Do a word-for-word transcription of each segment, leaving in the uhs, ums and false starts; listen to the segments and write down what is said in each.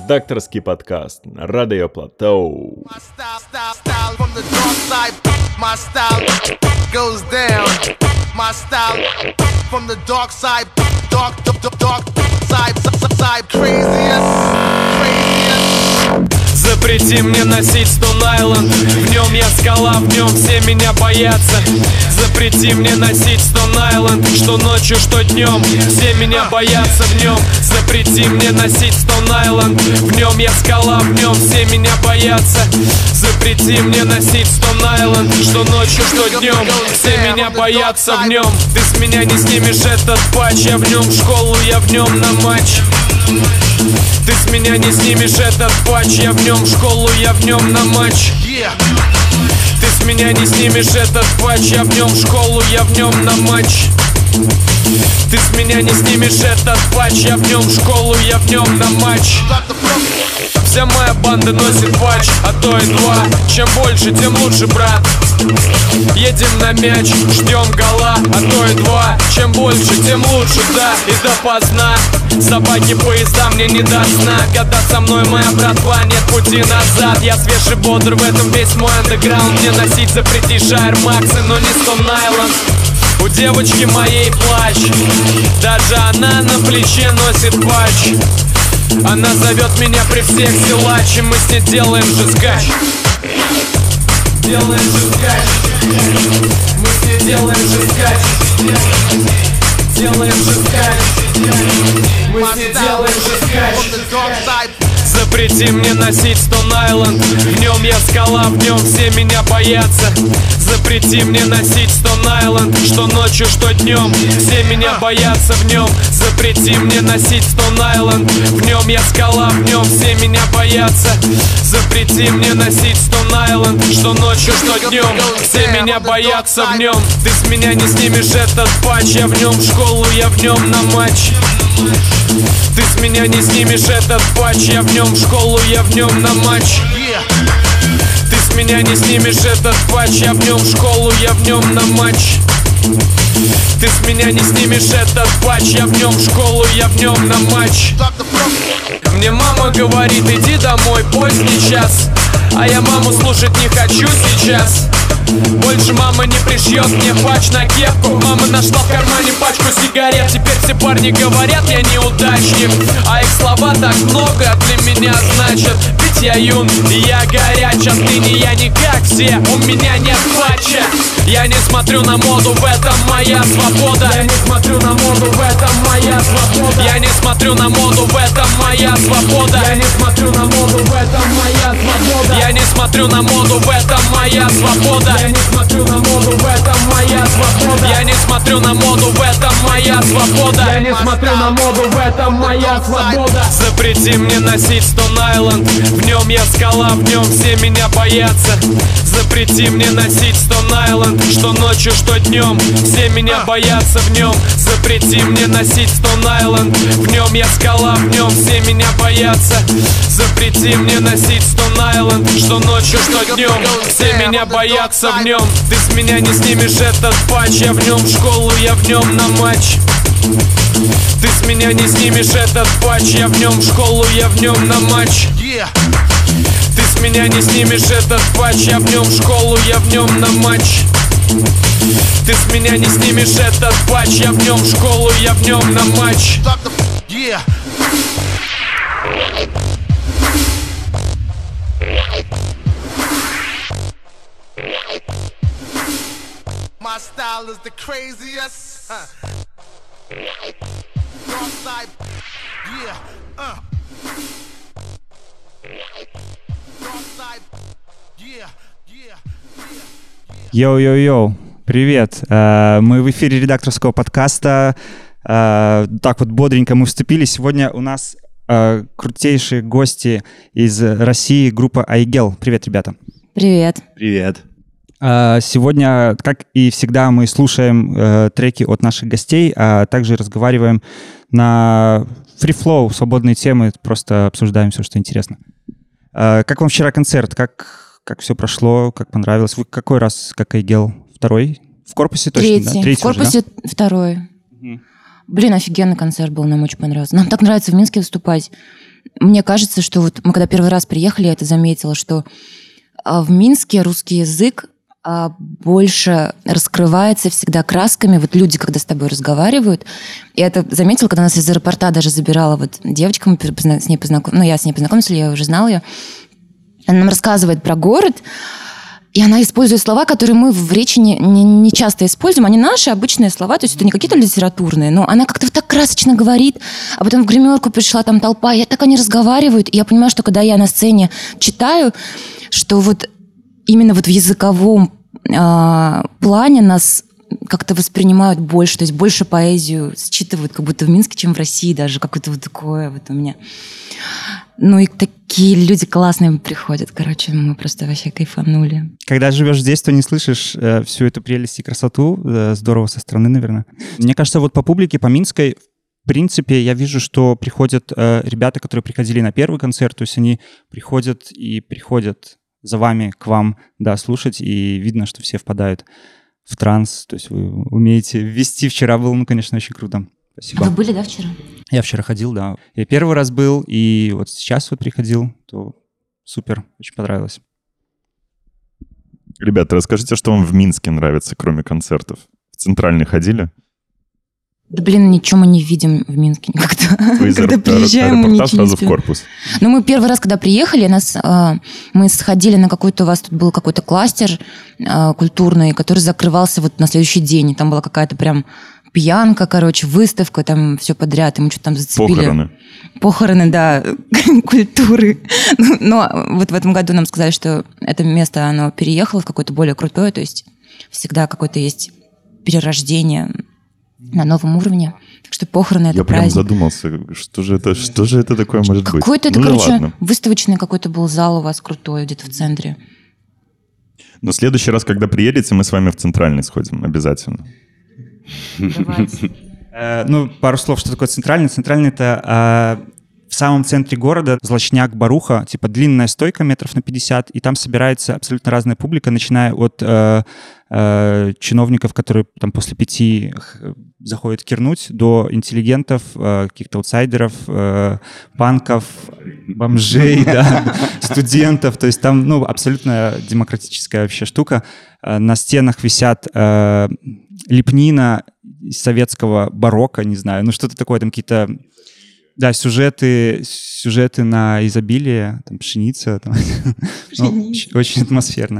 Редакторский подкаст на Радио Платоу. Запрети мне носить Stone Island. В нем я скала, в нем все меня боятся. Запрети мне носить Stone Island. Что ночью, что днем, все меня боятся в нем. Запрети мне носить Stone Island. В нем я скала, в нем все меня боятся. Запрети мне носить Stone Island. Что ночью, что днем, все меня боятся в нем. Ты с меня не снимешь этот патч. Я в нем в школу, я в нем на матч. Ты с меня не снимешь этот патч. Я в нем в школу, я в нем на матч. Ты с меня не снимешь этот патч. Я в нем в школу, я в нем на матч. Ты с меня не снимешь этот патч. Я в нем в школу, я в нем на матч. Вся моя банда носит патч, а то и два. Чем больше, тем лучше, брат. Едем на мяч, ждем гола, а то и два. Чем больше, тем лучше, да, и допоздна. Собаки поезда мне не до сна. Когда со мной моя братва, нет пути назад. Я свеж и бодр, в этом весь мой андеграунд. Мне носить запретишь Air Max'ы, но не Stone Island. У девочки моей плащ, даже она на плече носит патч. Она зовет меня при всех силач, и мы с ней делаем же скач. Делаем же скач. Мы с ней делаем же скач. Делаем же скач. Мы с ней делаем же скач. Запрети мне носить Stone Island. В нем я скала, в нем все меня боятся. Запрети мне носить Stone Island. Что ночью, что днем, все меня боятся в нем. Запрети мне носить Stone Island. В нем я скала, в нем все меня боятся. Запрети мне носить Stone Island. Что ночью, что днем, все меня боятся в нем. Ты с меня не снимешь этот патч. Я в нем в школу, я в нем на матч. Ты с меня не снимешь этот патч. Я в нем в школу, я в нем на матч. Ты с меня не снимешь этот патч. Я в нем в школу, я в нем на матч. Ты с меня не снимешь этот патч. Я в нем в школу, я в нем на матч. Мне мама говорит, иди домой, поздний час. А я маму слушать не хочу сейчас. Больше мама не пришьет мне патч на кепку. Мама нашла в кармане пачку сигарет. Теперь все парни говорят, я неудачник. А их слова так много для меня значат. Ведь я юн, и я горяч. Отныне я не как все, у меня нет патча. Я не смотрю на моду, в этом моя свобода. Я не смотрю на моду, в этом моя свобода. Я не смотрю на моду, в этом моя свобода. Я не смотрю на моду, в этом моя свобода. Я не смотрю на моду, в этом моя свобода. Я не смотрю на моду, в этом моя свобода. Я не смотрю на моду, в этом моя свобода. Я не смотрю на моду, в этом моя свобода. Запрети мне носить Stone Island. В нем я скала, в нем все меня боятся. Запрети мне носить Stone Island. Что ночью, что днем, все меня боятся в нем. Запрети мне носить Stone Island. В нем я скала, в нем все меня боятся. Запрети мне носить Stone Island. Что ночью, что днем, все меня боятся в нем. Ты с меня не снимешь этот патч. Я в нем в школу, я в нем на матч. Ты с меня не снимешь этот патч. Я в нем в школу, я в нем на матч. Ты с меня не снимешь этот патч. Я в нем в школу, я в нем на матч. Ты с меня не снимешь этот патч. Я в нем в школу, я в нем на матч. My style is the craziest. Huh. Dark side, yeah. Uh. Dark side, yeah, yeah, yeah. Йоу-йоу-йоу, привет. Uh, мы в эфире редакторского подкаста. Uh, так вот бодренько мы вступили. Сегодня у нас uh, крутейшие гости из России, группа Айгел. Привет, ребята. Привет. Привет. Сегодня, как и всегда, мы слушаем э, треки от наших гостей, а также разговариваем на фри-флоу, свободные темы, просто обсуждаем все, что интересно. Э, как вам вчера концерт? Как, как все прошло? Как понравилось? Вы какой раз, как Айгел? Второй? В корпусе точно, Третий. да? Третий. В корпусе уже, да? Второй. Угу. Блин, офигенный концерт был, нам очень понравился. Нам так нравится в Минске выступать. мне кажется, что вот мы когда первый раз приехали, я это заметила, что в Минске русский язык больше раскрывается всегда красками. Вот люди, когда с тобой разговаривают, я это заметила, когда нас из аэропорта даже забирала вот девочка, мы с ней познакомились, ну, я с ней познакомилась, я уже знала ее. Она нам рассказывает про город, и она использует слова, которые мы в речи не, не, не часто используем. Они наши обычные слова, то есть это не какие-то литературные, но она как-то вот так красочно говорит, а потом в гримерку пришла там толпа, и так они разговаривают, и я понимаю, что когда я на сцене читаю, что вот именно вот в языковом э, плане нас как-то воспринимают больше, то есть больше поэзию считывают как будто в Минске, чем в России даже, какое-то вот такое вот у меня. Ну и такие люди классные приходят, короче, мы просто вообще кайфанули. Когда живешь здесь, то не слышишь э, всю эту прелесть и красоту, э, здорово со стороны, наверное. Мне кажется, вот по публике, по Минской, в принципе, я вижу, что приходят э, ребята, которые приходили на первый концерт, то есть они приходят и приходят за вами, к вам, да, слушать, и видно, что все впадают в транс, то есть вы умеете вести. Вчера было, ну, конечно, очень круто. Спасибо. А вы были, да, вчера? Я вчера ходил, да. Я первый раз был, и вот сейчас вот приходил, то супер, очень понравилось. Ребята, расскажите, что вам в Минске нравится, кроме концертов? В Центральный ходили? Да, блин, ничего мы не видим в Минске никогда. Вы из Когда аэропорта приезжаем, мы ничего сразу не в спим. корпус? Ну, мы первый раз, когда приехали, нас, э, мы сходили на какой-то, у вас тут был какой-то кластер э, культурный, который закрывался вот на следующий день. И там была какая-то прям пьянка, короче, выставка, там все подряд, и мы что-то там зацепили. Похороны. Похороны, да, культуры. Но вот в этом году нам сказали, что это место, оно переехало в какое-то более крутое, то есть всегда какое-то есть перерождение на новом уровне. Так что похороны — это Я прям праздник. задумался, что же это, что же это такое может быть? Какой-то это, Ну да короче, ладно. выставочный какой-то был зал у вас крутой где-то в центре. Но в следующий раз, когда приедете, мы с вами в Центральный сходим обязательно. Давайте. Э, ну, пару слов, что такое Центральный. Центральный — это э, в самом центре города злачняк Баруха, типа длинная стойка метров на пятьдесят, и там собирается абсолютно разная публика, начиная от э, э, чиновников, которые там после пяти заходят кирнуть, до интеллигентов, э, каких-то аутсайдеров, э, панков, бомжей, да, студентов. То есть там, ну, абсолютно демократическая вообще штука. Э, на стенах висят э, лепнина из советского барокко, не знаю, ну что-то такое, там какие-то, да, сюжеты, сюжеты на изобилие, там пшеница, там, ну, очень, очень атмосферно.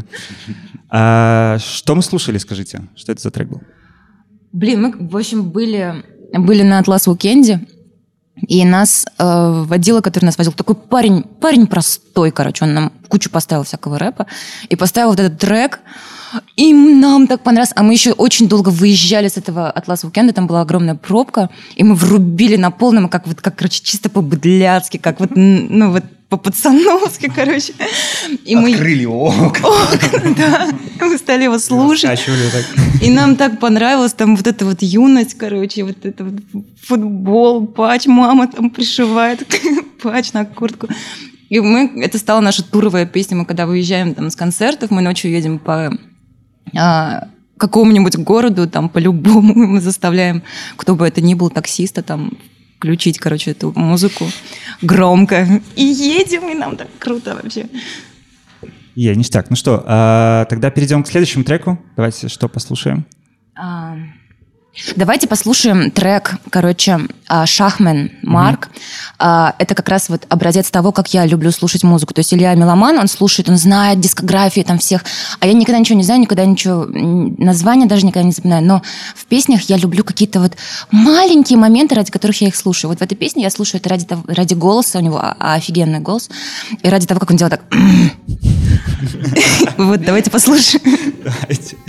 А, что мы слушали, скажите? Что это за трек был? Блин, мы, в общем, были, были на Атлас Уикенде, и нас э, водила, который нас водил, такой парень, парень простой, короче, он нам кучу поставил всякого рэпа, и поставил вот этот трек, и нам так понравилось. А мы еще очень долго выезжали с этого Атлас Уикенда, там была огромная пробка, и мы врубили на полном, как вот, как, короче, чисто по-быдляцки, как вот, ну вот, по-пацановски, короче. И Открыли мы... окна. окна. Да, мы стали его слушать. Раскачивали так. И нам так понравилось, там вот эта вот юность, короче, вот это вот футбол, патч, мама там пришивает патч на куртку. И мы, это стала наша туровая песня. Мы когда выезжаем там с концертов, мы ночью едем по а, какому-нибудь городу, там по-любому, мы заставляем, кто бы это ни был, таксиста, там, включить, короче, эту музыку громко. И едем, и нам так круто вообще. Е, ништяк. Ну что, а, тогда перейдем к следующему треку. Давайте что послушаем? А, давайте послушаем трек, короче, «Шахмен» Марк. Mm-hmm. А, это как раз вот образец того, как я люблю слушать музыку. То есть Илья меломан, он слушает, он знает дискографии там всех, а я никогда ничего не знаю, никогда ничего, названия даже никогда не запоминаю. Но в песнях я люблю какие-то вот маленькие моменты, ради которых я их слушаю. Вот в этой песне я слушаю это ради, того, ради голоса, у него офигенный голос, и ради того, как он делает так... Вот, давайте послушаем. Давайте.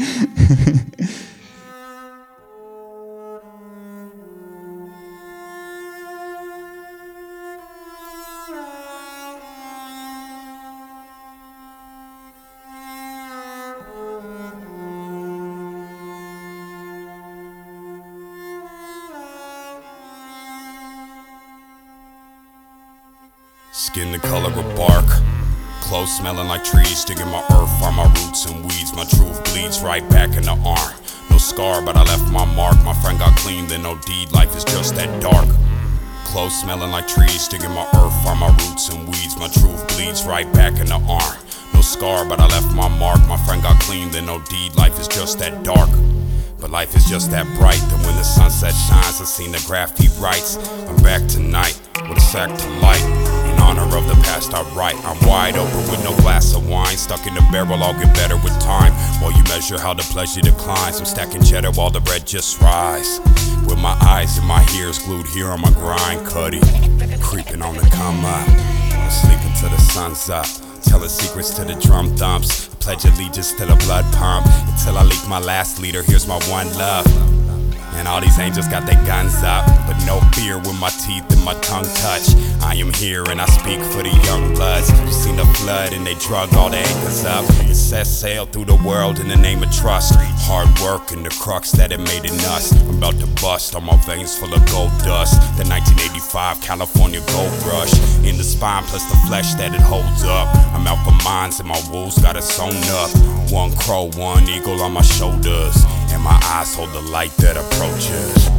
Skin the color of bark, clothes smelling like trees, digging my earth, find my roots and weeds. My truth bleeds right back in the arm. No scar, but I left my mark. My friend got clean, then no deed. Life is just that dark. Clothes smelling like trees, digging my earth, find my roots and weeds. My truth bleeds right back in the arm. No scar, but I left my mark. My friend got clean, then no deed. Life is just that dark. But life is just that bright, that when the sunset shines, I've seen the graffiti writes. I'm back tonight, with a sack to light. In honor of the past I write. I'm wide open with no glass of wine. Stuck in the barrel, I'll get better with time. While you measure how the pleasure declines, I'm stacking cheddar while the bread just rise. With my eyes and my ears glued here on my grind, Cuddy. Creeping on the come up, I'm sleeping till the sun's up. Telling secrets to the drum thumps. Pledge allegiance to the blood pump. Until I leak my last leader, here's my one love. And all these angels got their guns up, but no fear when my teeth and my tongue touch. I am here and I speak for the young bloods. You seen the flood and they drug all the anchors up. It set sail through the world in the name of trust. Hard work and the crux that it made in us. I'm about to bust, all my veins full of gold dust. The nineteen eighty-five California gold rush. In the spine plus the flesh that it holds up. I'm out for mines and my wolves got it sewn up. One crow, one eagle on my shoulders. And my eyes hold the light that approaches.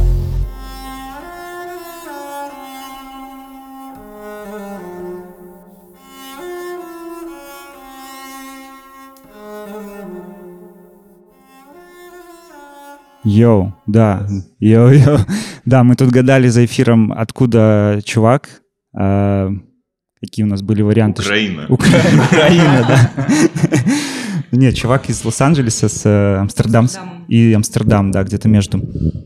Йоу, да, йоу-йоу. Да, мы тут гадали за эфиром, откуда чувак. А, какие у нас были варианты? Украина. Украина, Украина, да. Нет, чувак из Лос-Анджелеса с э, Амстердам и Амстердам, да, где-то между.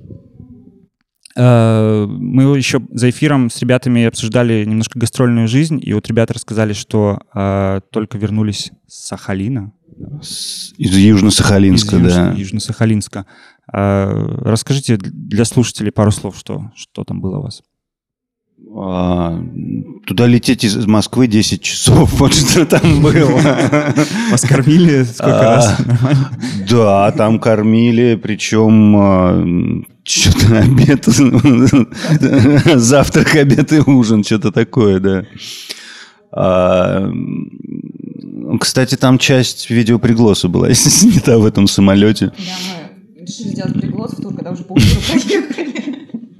Э, мы еще за эфиром с ребятами обсуждали немножко гастрольную жизнь, и вот ребята рассказали, что э, только вернулись с Сахалина. С, из Южно-Сахалинска, из да. Юж, Южно-Сахалинска. Э, расскажите для слушателей пару слов, что, что там было у вас. А, туда лететь из Москвы десять часов, вот что там было. Вас кормили сколько раз? Нормально? Да, там кормили, причем что-то обед, завтрак, обед и ужин, что-то такое, да. А, кстати, там часть видеоприглоса была снята в этом самолете. Да, мы решили сделать приглас в тур, когда уже полтора поехали.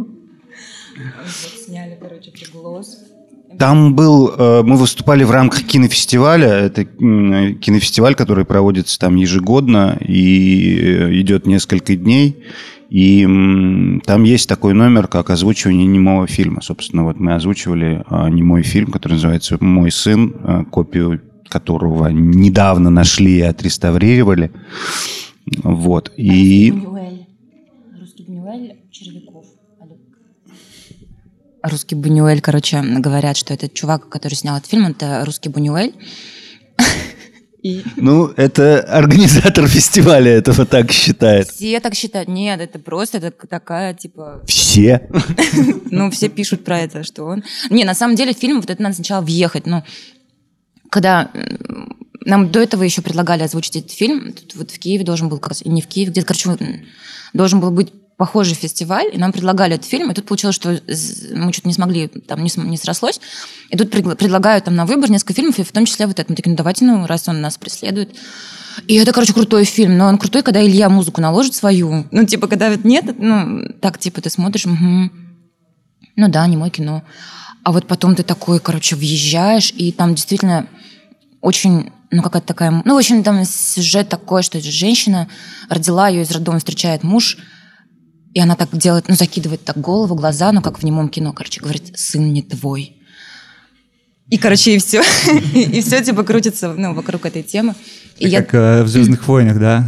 Сняли, короче, приглас. Там был, мы выступали в рамках кинофестиваля. Это кинофестиваль, который проводится там ежегодно и идет несколько дней. И там есть такой номер, как озвучивание немого фильма. Собственно, вот мы озвучивали немой фильм, который называется «Мой сын», копию которого недавно нашли и отреставрировали. Вот. И... Русский Бунюэль Червяков. Русский Бунюэль, короче, говорят, что этот чувак, который снял этот фильм, это русский Бунюэль. И... Ну, это организатор фестиваля этого так считает. Все так считают. Нет, это просто это такая, типа... Все? Ну, все пишут про это, что он... Не, на самом деле фильм, вот это надо сначала въехать. Ну, когда нам до этого еще предлагали озвучить этот фильм, тут вот в Киеве должен был, как раз, не в Киеве, где-то, короче, должен был быть похожий фестиваль, и нам предлагали этот фильм, и тут получилось, что мы что-то не смогли, там не, не срослось, и тут предлагают там на выбор несколько фильмов, и в том числе вот этот. Мы такие, ну давайте, ну раз он нас преследует. И это, короче, крутой фильм, но он крутой, когда Илья музыку наложит свою, ну типа, когда вот нет, ну так, типа, ты смотришь, угу. Ну да, не мое кино. А вот потом ты такой, короче, въезжаешь, и там действительно очень... Ну, какая-то такая... Ну, в общем, там сюжет такой, что женщина родила, ее из роддома встречает муж, и она так делает, ну, закидывает так голову, глаза, ну, как в немом кино, короче, говорит, сын не твой. И, короче, и все. И все, типа, крутится, ну, вокруг этой темы. И как я... в «Звездных войнах», да?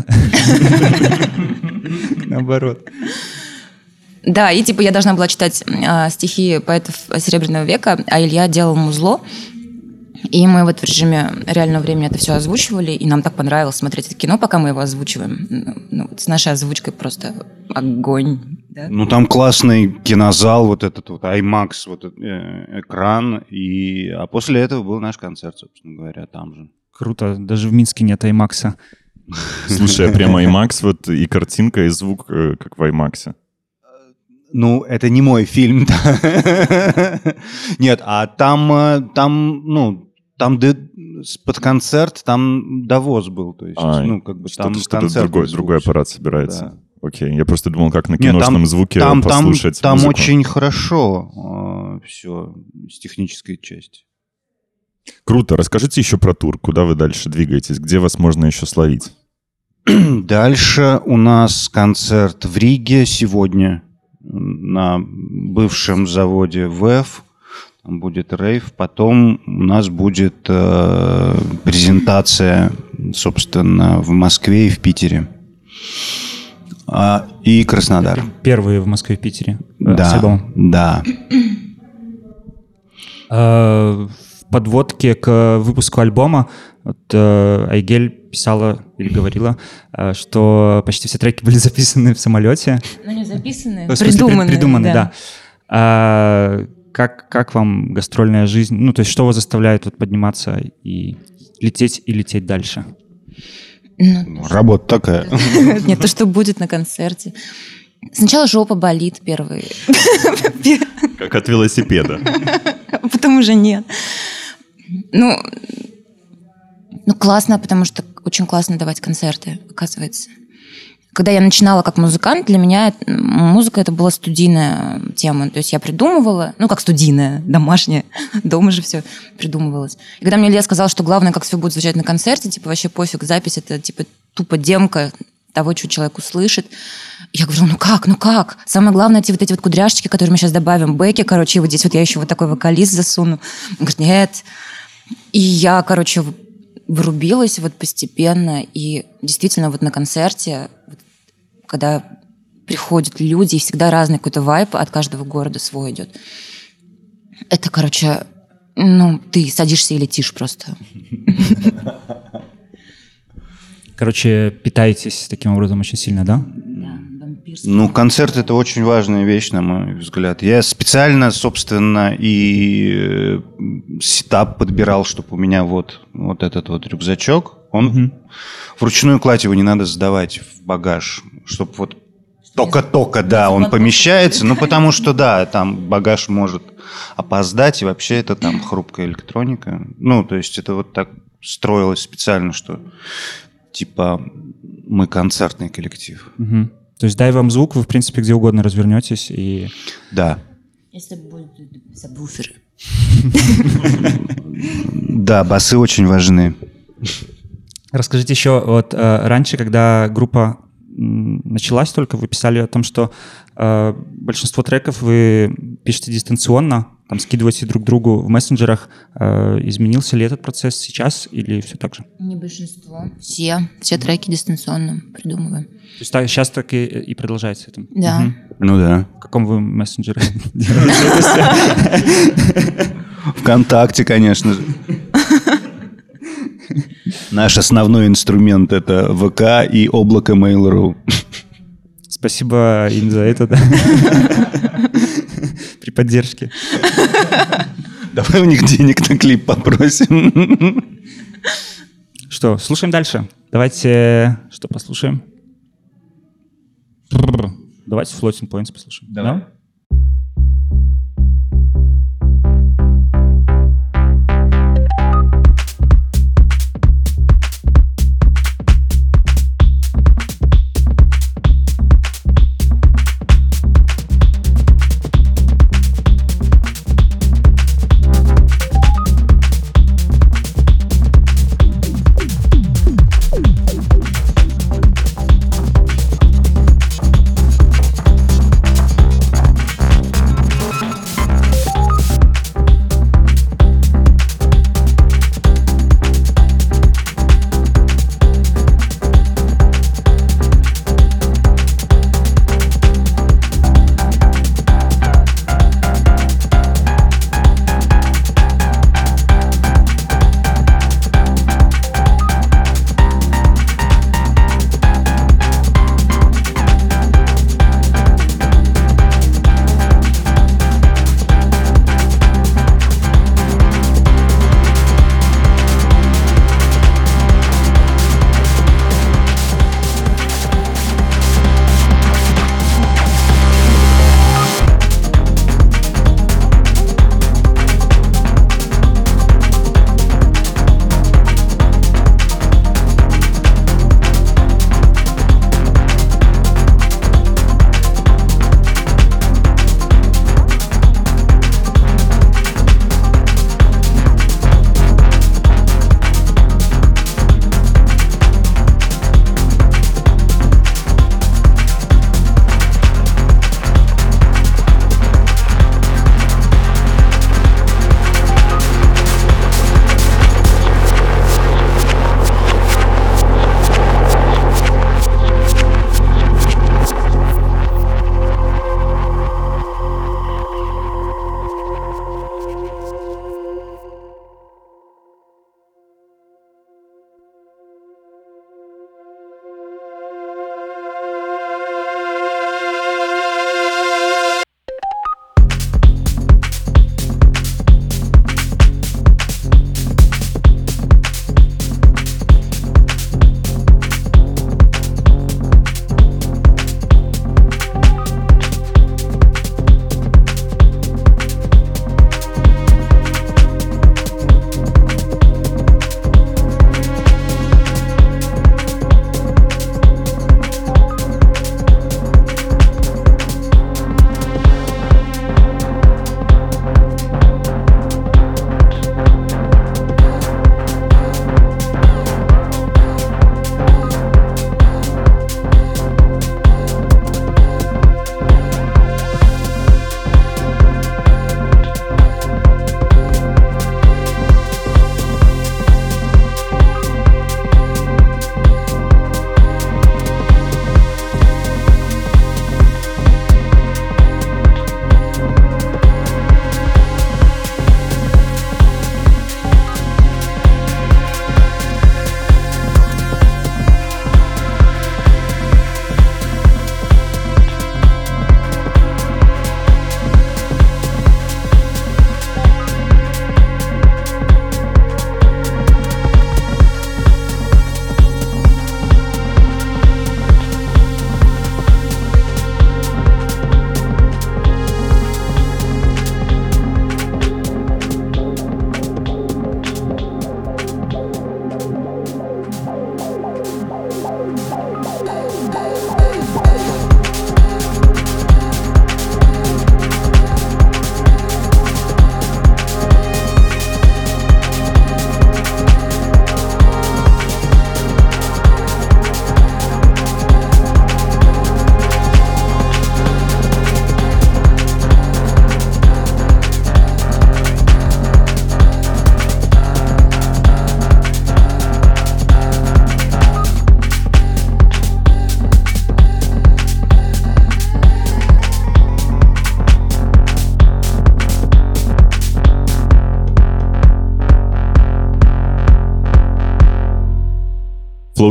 Наоборот. Да, и, типа, я должна была читать стихи поэтов Серебряного века, а Илья делал музло. И мы вот в режиме реального времени это все озвучивали, и нам так понравилось смотреть это кино, пока мы его озвучиваем. Ну, вот с нашей озвучкой просто огонь. Да? Ну, там классный кинозал, вот этот вот IMAX, вот этот, э, экран, и... а после этого был наш концерт, собственно говоря, там же. Круто, даже в Минске нет IMAX. Слушай, а прямо IMAX, вот и картинка, и звук, э, как в IMAX. Ну, это не мой фильм. Нет, а там, там, ну, там под концерт, там довоз был. То есть, а, ну, как бы там что-то, концерт. другой, другой аппарат собирается. Да. Окей, я просто думал, как на Нет, киношном там- звуке Там, там, послушать там музыку. очень хорошо все с технической части. Круто. Расскажите еще про тур. Куда вы дальше двигаетесь? Где вас можно еще словить? Дальше у нас концерт в Риге сегодня на бывшем заводе ВЭФ. Там будет рейв. Потом у нас будет э, презентация, собственно, в Москве и в Питере. А, и Краснодар. Первые в Москве и Питере э, с Да, альбомом. да. Э, В подводке к выпуску альбома вот, э, Айгель писала или говорила, э, что почти все треки были записаны в самолете. Ну, не записанные, В смысле, при- придуманные. придуманы, да. А, как, как вам гастрольная жизнь? Ну, то есть что вас заставляет вот подниматься и лететь и лететь дальше? Ну, Работа такая. нет, то, что будет на концерте. Сначала жопа болит первый, Как от велосипеда. потом уже нет. Ну, ну, классно, потому что очень классно давать концерты, оказывается. Когда я начинала как музыкант, для меня музыка это была студийная тема. То есть я придумывала, ну, как студийная, домашняя, дома же все придумывалось. И когда мне Илья сказал, что главное, как все будет звучать на концерте, типа вообще пофиг, запись это типа тупо демка того, что человек услышит. Я говорю, ну как, ну как? Самое главное, эти вот эти вот кудряшечки, которые мы сейчас добавим, бэки, короче, и вот здесь вот я еще вот такой вокалист засуну. Он говорит, нет. И я, короче, врубилась вот постепенно, и действительно вот на концерте, когда приходят люди, и всегда разный какой-то вайб от каждого города свой идет. Это, короче, ну, ты садишься и летишь просто. Короче, питаетесь таким образом очень сильно, да? Да, вампирский. Ну, концерт — это очень важная вещь, на мой взгляд. Я специально, собственно, и э, сетап подбирал, чтобы у меня вот, вот этот вот рюкзачок, он Мгм. вручную кладь его не надо сдавать в багаж, чтобы вот только-только, да, он Под- помещается, ну, потому что, да, там багаж может опоздать, и вообще это там хрупкая электроника. Ну, то есть это вот так строилось специально, что типа мы концертный коллектив. Мгм. То есть дай вам звук, вы, в принципе, где угодно развернетесь и... Да. Если будут сабвуферы. Да, басы очень важны. Расскажите еще, вот э, раньше, когда группа м, началась только, вы писали о том, что э, большинство треков вы пишете дистанционно, там скидываете друг другу в мессенджерах. Э, изменился ли этот процесс сейчас или все так же? Не большинство. Все. Все треки дистанционно придумываем. То есть так, сейчас так и, и продолжается это? Да. Мгм. Ну да. В каком вы мессенджере делаете? ВКонтакте, конечно же. Наш основной инструмент — это ВК и облако Mail.ru. Спасибо им за это, да. При поддержке. Давай у них денег на клип попросим. Что, слушаем дальше? Давайте, что послушаем? Давайте Floating Points послушаем. Давай. Да? We'll be right back.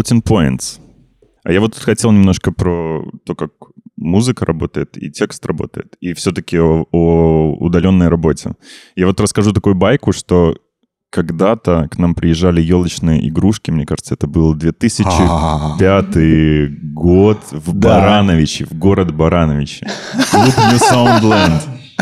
Floating Points. А я вот тут хотел немножко про то, как музыка работает и текст работает, и все-таки о, о удаленной работе. Я вот расскажу такую байку, что когда-то к нам приезжали елочные игрушки, мне кажется, это был две тысячи пятый год в Да. Барановичи, в город Барановичи. Клуб Ньюсаундленд.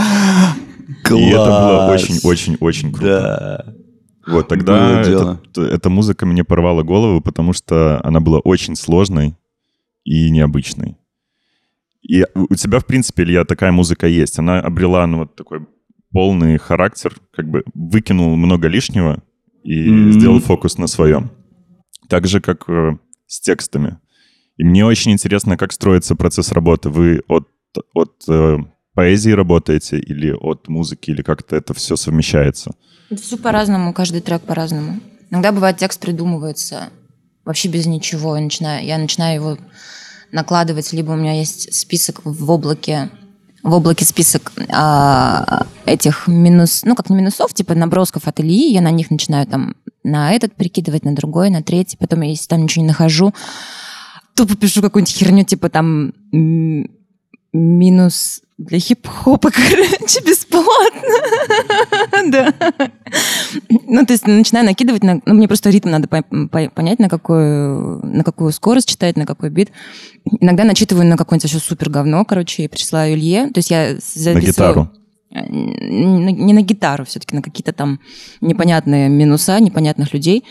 И это было очень-очень-очень круто. Да. Вот тогда Было дело. этот- эта музыка мне порвала голову, потому что она была очень сложной и необычной. И у тебя, в принципе, Илья, такая музыка есть. Она обрела ну, вот такой полный характер, как бы выкинул много лишнего и Мгм. сделал фокус на своем. Так же, как э, с текстами. И мне очень интересно, как строится процесс работы. Вы от, от э, поэзии работаете или от музыки, или как-то это все совмещается? Это все по-разному, каждый трек по-разному. Иногда бывает текст придумывается вообще без ничего. Я начинаю, я начинаю его накладывать, либо у меня есть список в облаке, в облаке список а, этих минус, ну как не минусов, типа набросков от Ильи, я на них начинаю там на этот прикидывать, на другой, на третий, потом, если там ничего не нахожу, тупо пишу какую-нибудь херню, типа там м, минус для хип-хопа, короче, бесплатно. Да. Ну, то есть начинаю накидывать, на, ну, мне просто ритм надо по- по- понять, на какую, на какую скорость читать, на какой бит. Иногда начитываю на какое-нибудь еще супер говно, короче, и присылаю Илье. То есть я записываю... На гитару? Не, не на гитару все-таки, на какие-то там непонятные минуса, непонятных людей.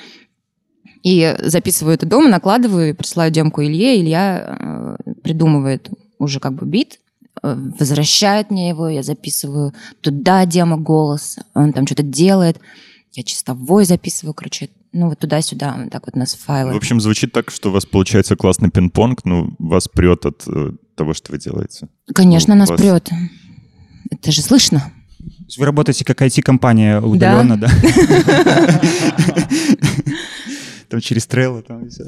И записываю это дома, накладываю, и присылаю демку Илье, Илья э, придумывает уже как бы бит, э, возвращает мне его, я записываю туда демо голос, он там что-то делает, я чистовой записываю, короче, ну вот туда-сюда, вот так вот у нас файлы. В общем, звучит так, что у вас получается классный пинг-понг, но вас прет от э, того, что вы делаете. Конечно, Ну, нас вас- прет. Это же слышно. То есть вы работаете как ай ти-компания удаленно, да? Там через Trello, там и всё.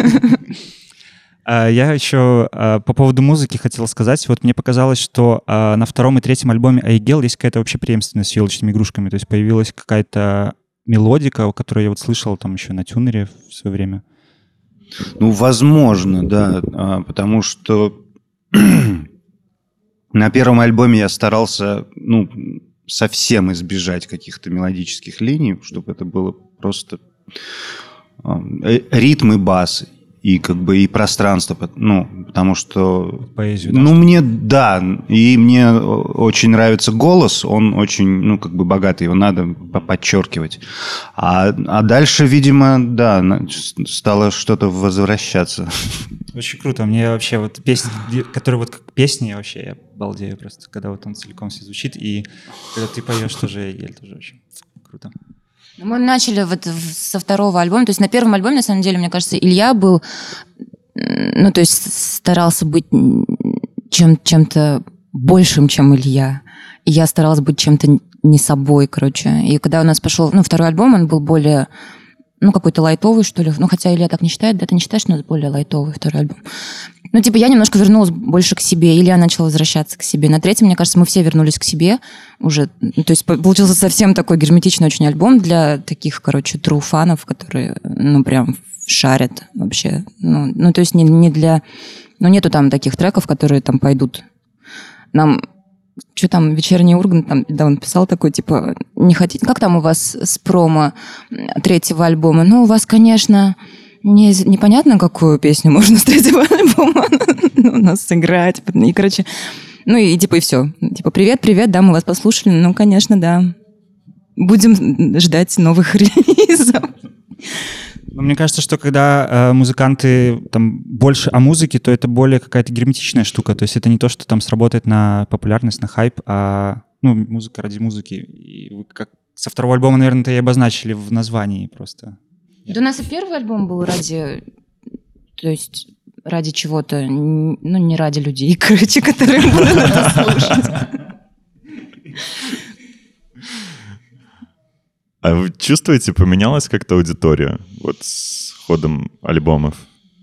А, Я еще а, по поводу музыки хотел сказать. Вот мне показалось, что а, на втором и третьем альбоме Айгел есть какая-то вообще преемственность с елочными игрушками. То есть появилась какая-то мелодика, которую я вот слышал там еще на тюнере в свое время. Ну, возможно, да, а, потому что на первом альбоме я старался, ну, совсем избежать каких-то мелодических линий, чтобы это было просто а, э, ритм и бас, и как бы и пространство, ну, потому что... Поэзию, да? Ну, мне, да, и мне очень нравится голос, он очень, ну, как бы богатый, его надо по- подчеркивать. А, а дальше, видимо, да, на- стало что-то возвращаться. Очень круто. Мне вообще вот песни, где- которые вот как песни, вообще я балдею просто, когда вот он целиком все звучит, и когда ты поешь тоже, ель тоже очень круто. Ну, мы начали вот в- со второго альбома. То есть на первом альбоме, на самом деле, мне кажется, Илья был... м, Ну, то есть старался быть м, чем- чем-то большим, чем Илья. И я старалась быть чем-то н- не собой, короче. И когда у нас пошел... Ну, второй альбом, он был более... Ну, какой-то лайтовый, что ли. Ну, хотя Илья так не считает. Да, ты не считаешь, что у нас более лайтовый второй альбом? Ну, типа, я немножко вернулась больше к себе. Илья начал возвращаться к себе. На третьем, мне кажется, мы все вернулись к себе уже. Ну, то есть по- получился совсем такой герметичный очень альбом для таких, короче, true фанов, которые, ну, прям шарят вообще. Ну, ну то есть не, не для... Ну, нету там таких треков, которые там пойдут. Нам... Что там, вечерний Ургант, там, да, он писал такой, типа, не хотите... Как там у вас с промо третьего альбома? Ну, у вас, конечно... Не, непонятно, какую песню можно с третьего альбома у нас сыграть. И, короче, ну и типа и все. Типа, привет, привет, да, мы вас послушали. Ну, конечно, да. Будем ждать новых релизов. Но мне кажется, что когда э, музыканты там больше о музыке, то это более какая-то герметичная штука. То есть это не то, что там сработает на популярность, на хайп, а ну, музыка ради музыки. И вы как со второго альбома, наверное, это и обозначили в названии просто. Да у нас и первый альбом был ради... То есть ради чего-то, н- ну, не ради людей, короче, которые будут это слушать. А вы чувствуете, поменялась как-то аудитория вот с ходом альбомов?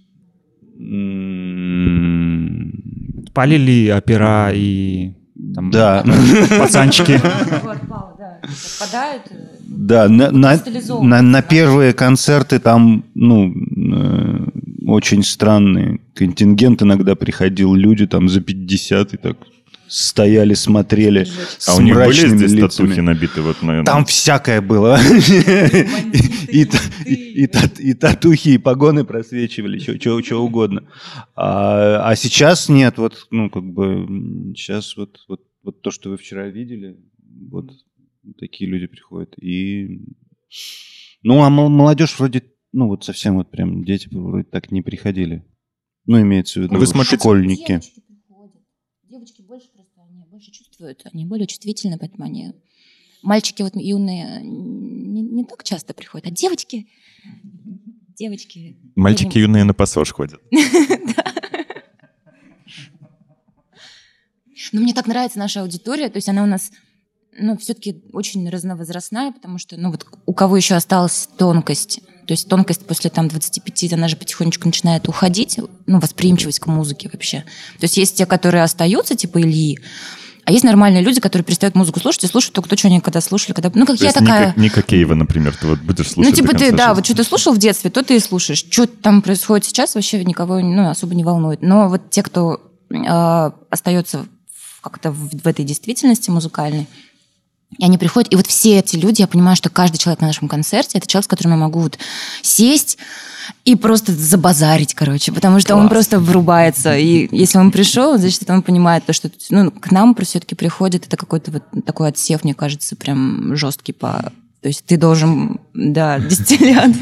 М, Пали ли опера и там, Да. пацанчики? Попадают... Да, на, на, Стилизованно. на, на первые концерты там, ну, э, очень странный контингент. Иногда приходил люди там за пятьдесят и так стояли, смотрели с А у них были мрачными здесь лицами. татухи набиты? Вот, наверное. Там всякое было. И, и, и, тат- и татухи, и погоны просвечивали, что угодно. А, а сейчас нет, вот, ну, как бы, сейчас вот, вот, вот то, что вы вчера видели, вот такие люди приходят. И, ну, а мол- молодежь вроде, ну, вот совсем вот прям дети вроде так не приходили. Ну, имеется в виду Вы смотрите- школьники. Девочки приходят. Девочки больше просто, они больше чувствуют, они более чувствительны, поэтому они... Мальчики вот юные не, не так часто приходят, а девочки... Девочки... Мальчики юные на пассаж ходят. Но мне так нравится наша аудитория, то есть она у нас, ну, все-таки очень разновозрастная, потому что, ну, вот у кого еще осталась тонкость, то есть тонкость после там двадцати пяти, она же потихонечку начинает уходить, ну, восприимчивость к музыке вообще. То есть есть те, которые остаются, типа Ильи, а есть нормальные люди, которые перестают музыку слушать и слушают только то, что они когда слушали, когда... Ну, как То я есть такая... Ника, Ника Кейва, например, ты вот будешь слушать Ну, типа до ты, конца да, жизни. вот что ты слушал в детстве, то ты и слушаешь. Что там происходит сейчас, вообще никого, ну, особо не волнует. Но вот те, кто э, остается в- как-то в, в этой действительности музыкальной, и они приходят, и вот все эти люди, я понимаю, что каждый человек на нашем концерте — это человек, с которым я могу вот сесть и просто забазарить, короче, потому что он просто врубается. И если он пришел, значит, он понимает то, что, ну, к нам просто все-таки приходит, это какой-то вот такой отсев, мне кажется, прям жесткий по... То есть ты должен, да, дистиллят.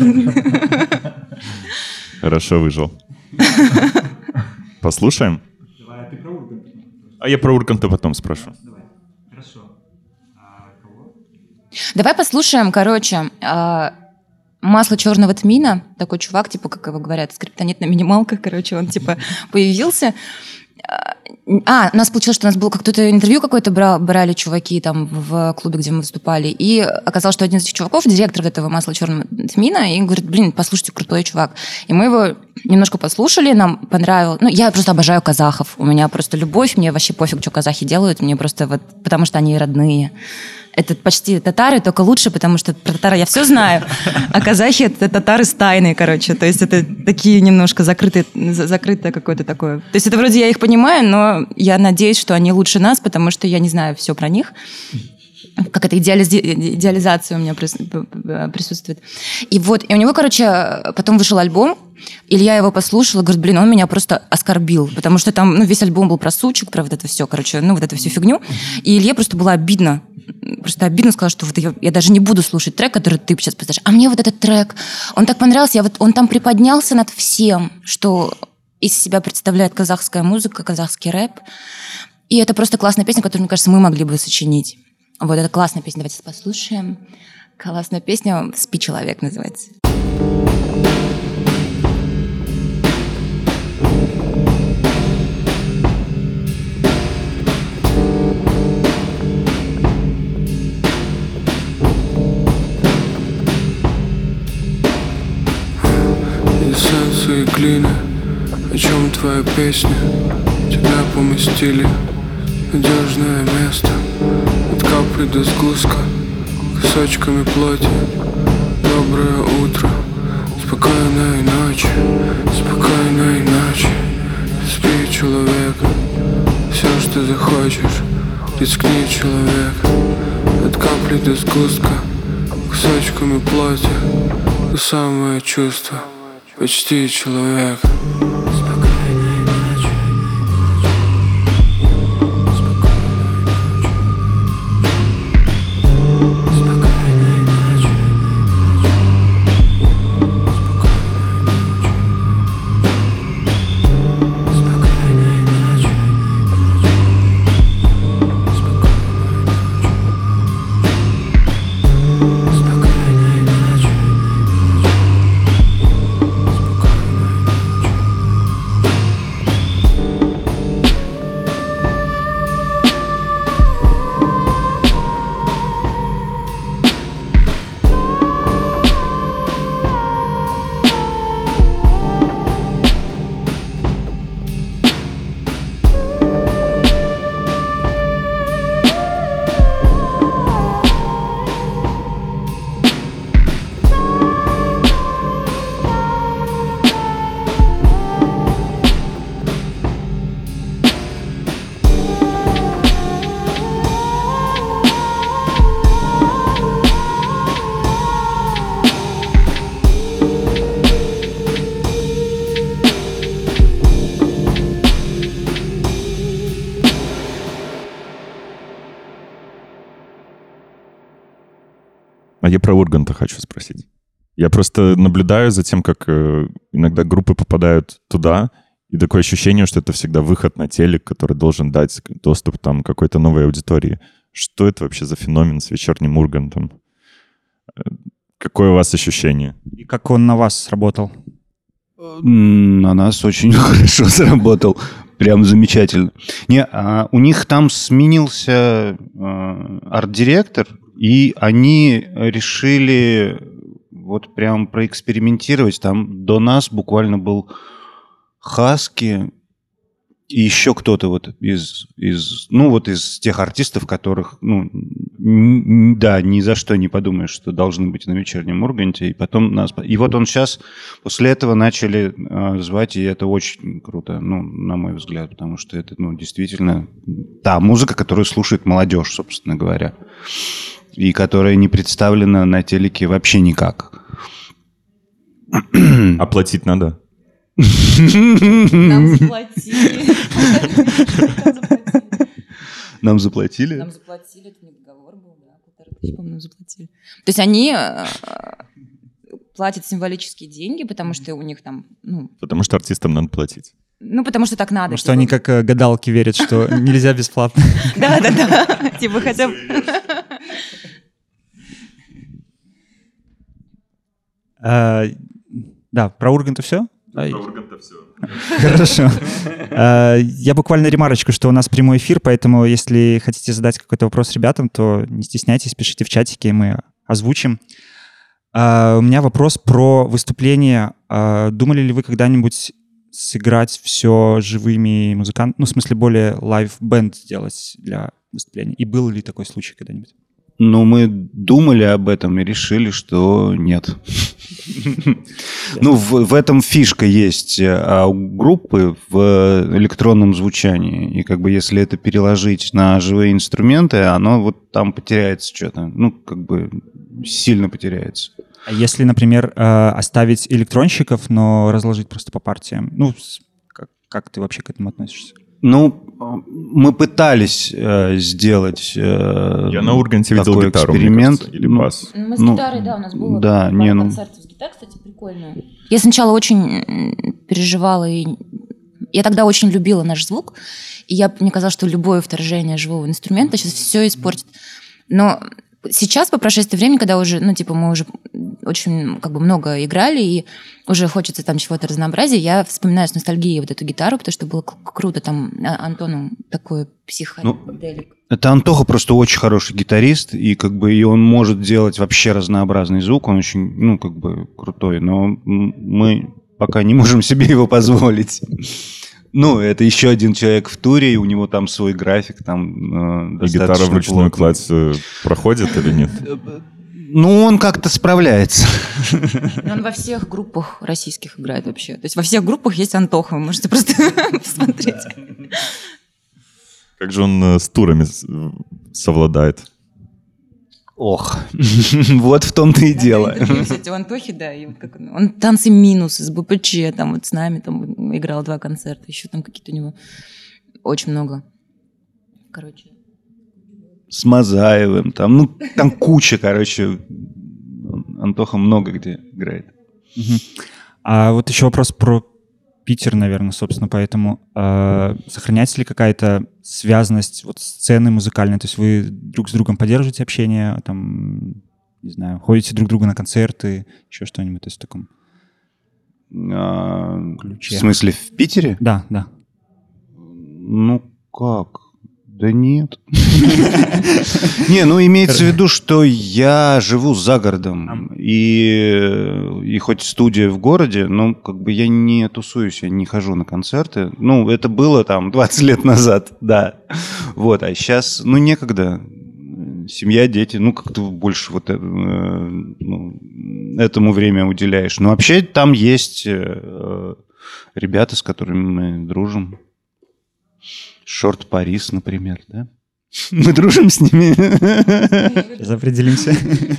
Хорошо выжил. Послушаем? Давай, а ты про Ургант? А я про Урганта потом спрошу. Давай. Хорошо. А кого? Давай послушаем, короче, а, «Масло черного тмина». Такой чувак, типа, как его говорят, скриптонит на минималках, короче, он, типа, появился. А, у нас получилось, что у нас было как-то интервью какое-то брал, брали чуваки там в клубе, где мы выступали, и оказалось, что один из этих чуваков, директор этого «Масла черного тмина», и говорит: блин, послушайте, крутой чувак. И мы его немножко послушали, нам понравилось. Ну, я просто обожаю казахов, у меня просто любовь, мне вообще пофиг, что казахи делают, мне просто вот, потому что они родные. Это почти татары, только лучше, потому что про татар я все знаю, а казахи — это татары стайные, короче. То есть это такие немножко закрытые, закрытое какое-то такое. То есть это вроде я их понимаю, но я надеюсь, что они лучше нас, потому что я не знаю все про них. Как это идеализи... идеализация у меня присутствует. И вот, и у него, короче, потом вышел альбом, Илья его послушал и говорит: блин, он меня просто оскорбил, потому что там, ну, весь альбом был про сучек, про вот это все, короче, ну, вот эту всю фигню. И Илье просто было обидно. Просто обидно, сказала, что вот я, я даже не буду слушать трек, который ты сейчас поставишь. А мне вот этот трек, он так понравился, я вот, он там приподнялся над всем, что из себя представляет казахская музыка, казахский рэп. И это просто классная песня, которую, мне кажется, мы могли бы сочинить. Вот, это классная песня, давайте послушаем. Классная песня «Спи, человек» называется. Эссенции глины, о чем твоя песня? Тебя поместили в надежное место. От капли до сгустка, кусочками плоти. Доброе утро, спокойной ночи, спокойной ночи. Спи, человек, все, что захочешь, рискни, человек. От капли до сгустка, кусочками плоти. То самое чувство, почти человек. А я про Урганта хочу спросить. Я просто наблюдаю за тем, как э, иногда группы попадают туда, и такое ощущение, что это всегда выход на телек, который должен дать доступ там какой-то новой аудитории. Что это вообще за феномен с вечерним Ургантом? Какое у вас ощущение? И как он на вас сработал? На нас очень хорошо сработал. Прям замечательно. Не, а у них там сменился э, арт-директор, и они решили вот прям проэкспериментировать. Там до нас буквально был Хаски и еще кто-то вот из, из, ну вот из тех артистов, которых, ну, н- да, ни за что не подумаешь, что должны быть на вечернем Урганте, и потом нас... И вот он сейчас, после этого начали э, звать, и это очень круто, ну, на мой взгляд, потому что это, ну, действительно та музыка, которую слушает молодежь, собственно говоря, и которая не представлена на телеке вообще никак. Оплатить надо? Нам заплатили. Нам заплатили? Нам заплатили, это не договор был, да, полторы тысячи, по-моему, нам заплатили. То есть они э, платят символические деньги, потому что у них там, ну... Потому что артистам надо платить. Ну, потому что так надо. Потому что они как э, гадалки верят, что нельзя бесплатно. Да-да-да, типа хотя бы... Да, про Урганта все? Про Урганта все. Хорошо. Я буквально ремарочку, что у нас прямой эфир, поэтому если хотите задать какой-то вопрос ребятам, то не стесняйтесь, пишите в чатике, мы озвучим. У меня вопрос про выступление. Думали ли вы когда-нибудь сыграть все живыми музыкантами? Ну, в смысле, более лайв-бенд сделать для выступления? И был ли такой случай когда-нибудь? Ну, мы думали об этом и решили, что нет. Ну, в, в этом фишка есть а у группы в электронном звучании. И как бы если это переложить на живые инструменты, оно вот там потеряется что-то. Ну, как бы сильно потеряется. А если, например, оставить электронщиков, но разложить просто по партиям? Ну, как, как ты вообще к этому относишься? Ну, мы пытались э, сделать э, Я на Урганте видел такой гитару, эксперимент. мне кажется, или Ну, бас. Мы с Ну, гитарой, да, у нас было да, пару не, ну- концертов с гитарой, кстати, прикольно. Я сначала очень переживала, и я тогда очень любила наш звук, и я, мне казалось, что любое вторжение живого инструмента сейчас все испортит. Но сейчас, по прошествии времени, когда уже, ну, типа, мы уже очень, как бы, много играли, и уже хочется там чего-то разнообразия, я вспоминаю с ностальгией вот эту гитару, потому что было к- круто, там, А- Антону такой психоделик. Это Антоха просто очень хороший гитарист, и как бы и он может делать вообще разнообразный звук, он очень, ну, как бы крутой, но м- мы пока не можем себе его позволить. Ну, это еще один человек в туре, и у него там свой график, там э, И гитара достаточно вручную плотный. кладь э, проходит или нет? Ну, он как-то справляется. Но он во всех группах российских играет вообще. То есть во всех группах есть Антоха, вы можете просто посмотреть. Как же он э, с турами с- совладает? Ох, вот в том-то и дело. Интервью, кстати, у Антохи, да, и вот как он, он танцы минус из БПЧ, там вот с нами там играл два концерта, еще там какие-то у него очень много. Короче. С Мазаевым, там, ну, там куча, короче. Антоха много где играет. Мгм. А вот еще вопрос про Питер, наверное, собственно, поэтому э, сохраняется ли какая-то связанность вот сцены музыкальной? То есть вы друг с другом поддерживаете общение, там, не знаю, ходите друг к другу на концерты, еще что-нибудь, то есть в таком А, в ключе? смысле, в Питере? Да, да. Ну, как? Да нет. Не, ну имеется в виду, что я живу за городом, и, и хоть студия в городе, но как бы я не тусуюсь, я не хожу на концерты. Ну, это было там двадцать лет назад, да. Вот, а сейчас, ну, некогда. Семья, дети, ну, как-то больше вот э, ну, этому время уделяешь. Но вообще там есть э, ребята, с которыми мы дружим. Шорт Парис, например, да? Мы дружим с ними. Сейчас определимся.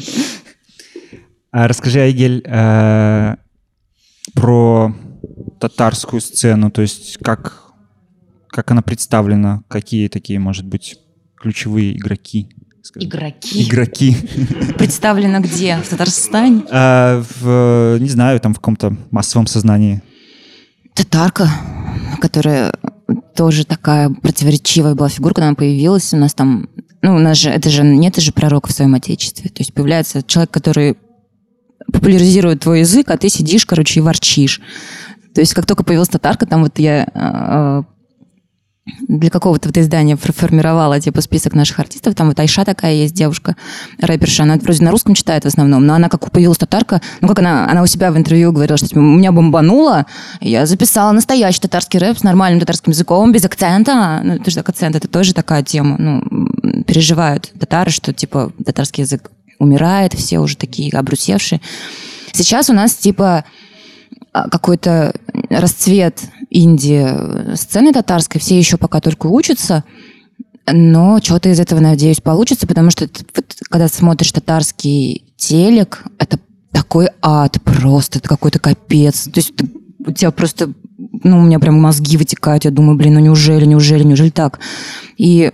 А расскажи, Айгель, э, про татарскую сцену, то есть как, как она представлена, какие такие, может быть, ключевые игроки? Игроки. Игроки. Представлено где? В Татарстане? А, в, не знаю, там в каком-то массовом сознании. Татарка, которая тоже такая противоречивая была фигура, когда она появилась. У нас там... Ну, у нас же... Это же нет же пророка в своем отечестве. То есть появляется человек, который популяризирует твой язык, а ты сидишь, короче, и ворчишь. То есть как только появилась татарка, там вот я... для какого-то вот издания формировала типа список наших артистов. Там вот Айша такая есть, девушка, рэперша. Она вроде на русском читает в основном, но она как появилась татарка, ну как она, она у себя в интервью говорила, что типа, у меня бомбануло, я записала настоящий татарский рэп с нормальным татарским языком, без акцента. Ну, это же так, акцент, это тоже такая тема. Ну, переживают татары, что типа татарский язык умирает, все уже такие обрусевшие. Сейчас у нас типа какой-то расцвет инди-сцены татарской, все еще пока только учатся, но что-то из этого, надеюсь, получится, потому что вот, когда смотришь татарский телек, это такой ад просто, это какой-то капец. То есть у тебя просто, ну, у меня прям мозги вытекают, я думаю, блин, ну неужели, неужели, неужели так? И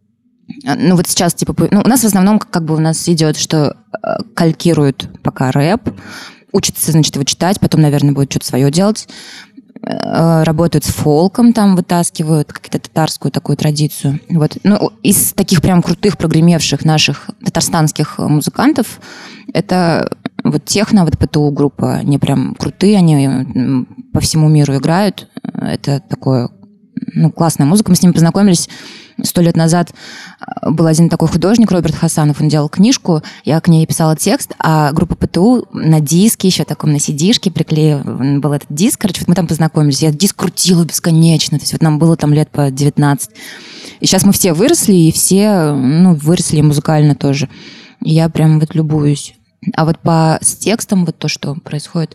ну вот сейчас, типа, ну, у нас в основном как бы у нас идет, что калькируют пока рэп, учатся, значит, его читать, потом, наверное, будет что-то свое делать. Работают с фолком, там вытаскивают какую-то татарскую такую традицию. Вот. Ну, из таких прям крутых, прогремевших наших татарстанских музыкантов это вот техно, вот ПТУ группа, они прям крутые, они по всему миру играют. Это такое, ну, классная музыка. Мы с ними познакомились сто лет назад. Был один такой художник, Роберт Хасанов, он делал книжку, я к ней писала текст, а группа ПТУ на диске, еще таком на сидишке приклеен был этот диск, короче, вот мы там познакомились, я диск крутила бесконечно, то есть вот нам было там лет по девятнадцать. И сейчас мы все выросли, и все, ну, выросли музыкально тоже. И я прям вот любуюсь. А вот по с текстом, вот то, что происходит,